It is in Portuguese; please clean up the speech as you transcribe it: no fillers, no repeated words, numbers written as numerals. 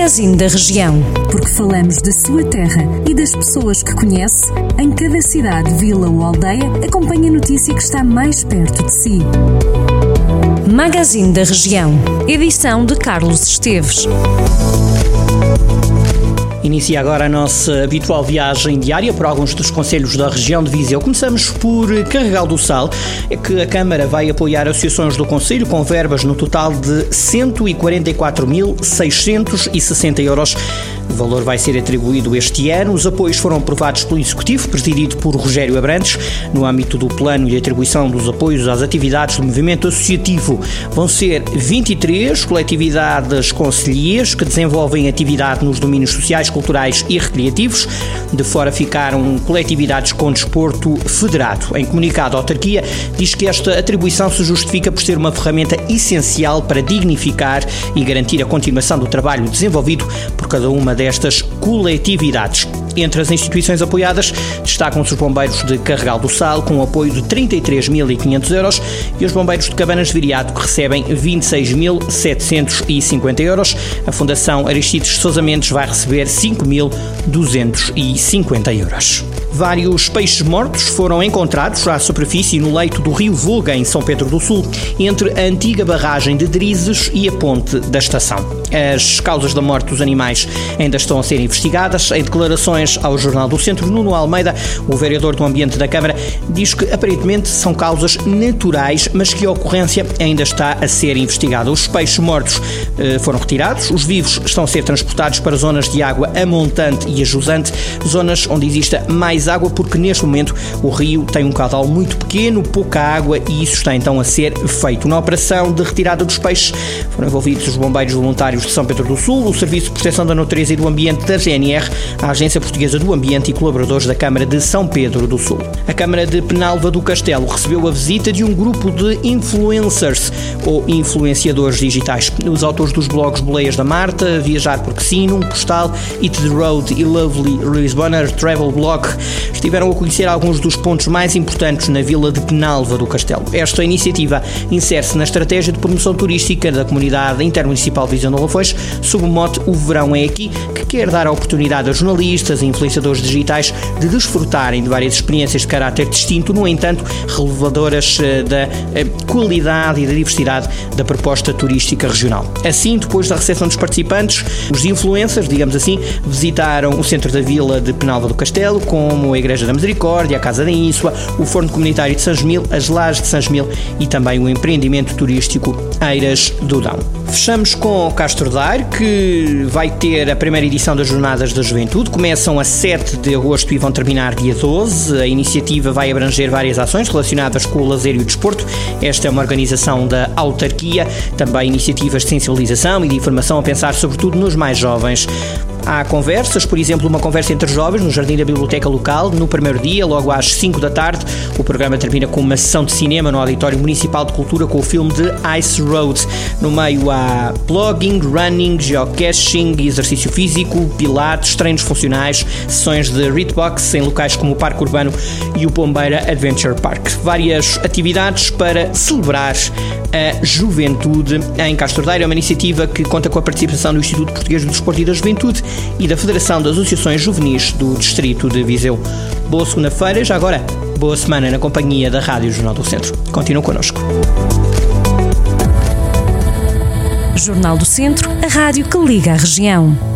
Magazine da Região. Porque falamos da sua terra e das pessoas que conhece, em cada cidade, vila ou aldeia, acompanhe a notícia que está mais perto de si. Magazine da Região. Edição de Carlos Esteves. Inicia agora a nossa habitual viagem diária por alguns dos concelhos da região de Viseu. Começamos por Carregal do Sal, é que a Câmara vai apoiar associações do concelho com verbas no total de 144.660 euros. O valor vai ser atribuído este ano. Os apoios foram aprovados pelo Executivo, presidido por Rogério Abrantes, no âmbito do plano de atribuição dos apoios às atividades do movimento associativo. Vão ser 23 coletividades concelhias que desenvolvem atividade nos domínios sociais, culturais e recreativos. De fora ficaram coletividades com desporto federado. Em comunicado, a autarquia diz que esta atribuição se justifica por ser uma ferramenta essencial para dignificar e garantir a continuação do trabalho desenvolvido por cada uma destas coletividades. Entre as instituições apoiadas, destacam-se os bombeiros de Carregal do Sal, com um apoio de 33.500 euros, e os bombeiros de Cabanas de Viriato, que recebem 26.750 euros. A Fundação Aristides Sousa Mendes vai receber 5.250 euros. Vários peixes mortos foram encontrados à superfície no leito do Rio Voga, em São Pedro do Sul, entre a antiga barragem de Drizes e a ponte da estação. As causas da morte dos animais ainda estão a ser investigadas. Em declarações ao Jornal do Centro, Nuno Almeida, o vereador do Ambiente da Câmara, diz que aparentemente são causas naturais, mas que a ocorrência ainda está a ser investigada. Os peixes mortos foram retirados, os vivos estão a ser transportados para zonas de água a montante e a jusante, zonas onde exista mais água, porque neste momento o rio tem um caudal muito pequeno, pouca água, e isso está então a ser feito. Na operação de retirada dos peixes foram envolvidos os bombeiros voluntários de São Pedro do Sul, o Serviço de Proteção da Natureza e do Ambiente da GNR, a Agência Portuguesa do Ambiente e colaboradores da Câmara de São Pedro do Sul. A Câmara de Penalva do Castelo recebeu a visita de um grupo de influencers ou influenciadores digitais. Os autores dos blogs Boleias da Marta, Viajar por Quesino, Postal, Eat the Road e Lovely Lisbonner Travel Blog estiveram a conhecer alguns dos pontos mais importantes na vila de Penalva do Castelo. Esta iniciativa insere-se na estratégia de promoção turística da comunidade intermunicipal de Viseu de Lafões, sob o mote O Verão é Aqui, que quer dar a oportunidade a jornalistas e influenciadores digitais de desfrutarem de várias experiências de caráter distinto, no entanto, relevadoras da qualidade e da diversidade da proposta turística regional. Assim, depois da recepção dos participantes, os influencers, digamos assim, visitaram o centro da vila de Penalva do Castelo, como a Igreja da Misericórdia, a Casa da Ínsua, o Forno Comunitário de Sanjemil, as Lajes de Sanjemil e também o empreendimento turístico Eiras do Dão. Fechamos com Castro Daire, que vai ter a primeira edição das Jornadas da Juventude. Começam a 7 de agosto e vão terminar dia 12. A iniciativa vai abranger várias ações relacionadas com o lazer e o desporto. Esta é uma organização da autarquia, também iniciativas de sensibilização e de informação a pensar sobretudo nos mais jovens. Há conversas, por exemplo, uma conversa entre jovens no Jardim da Biblioteca Local, no primeiro dia, logo às 5 da tarde. O programa termina com uma sessão de cinema no Auditório Municipal de Cultura com o filme de Ice Road. No meio há blogging, running, geocaching, exercício físico, pilates, treinos funcionais, sessões de readbox em locais como o Parque Urbano e o Pombeira Adventure Park. Várias atividades para celebrar a juventude em Castro Daire. É uma iniciativa que conta com a participação do Instituto Português do Desporto e da Juventude e da Federação das Associações Juvenis do Distrito de Viseu. Boa segunda-feira, já agora, boa semana na companhia da Rádio Jornal do Centro. Continuem connosco. Jornal do Centro, a rádio que liga a região.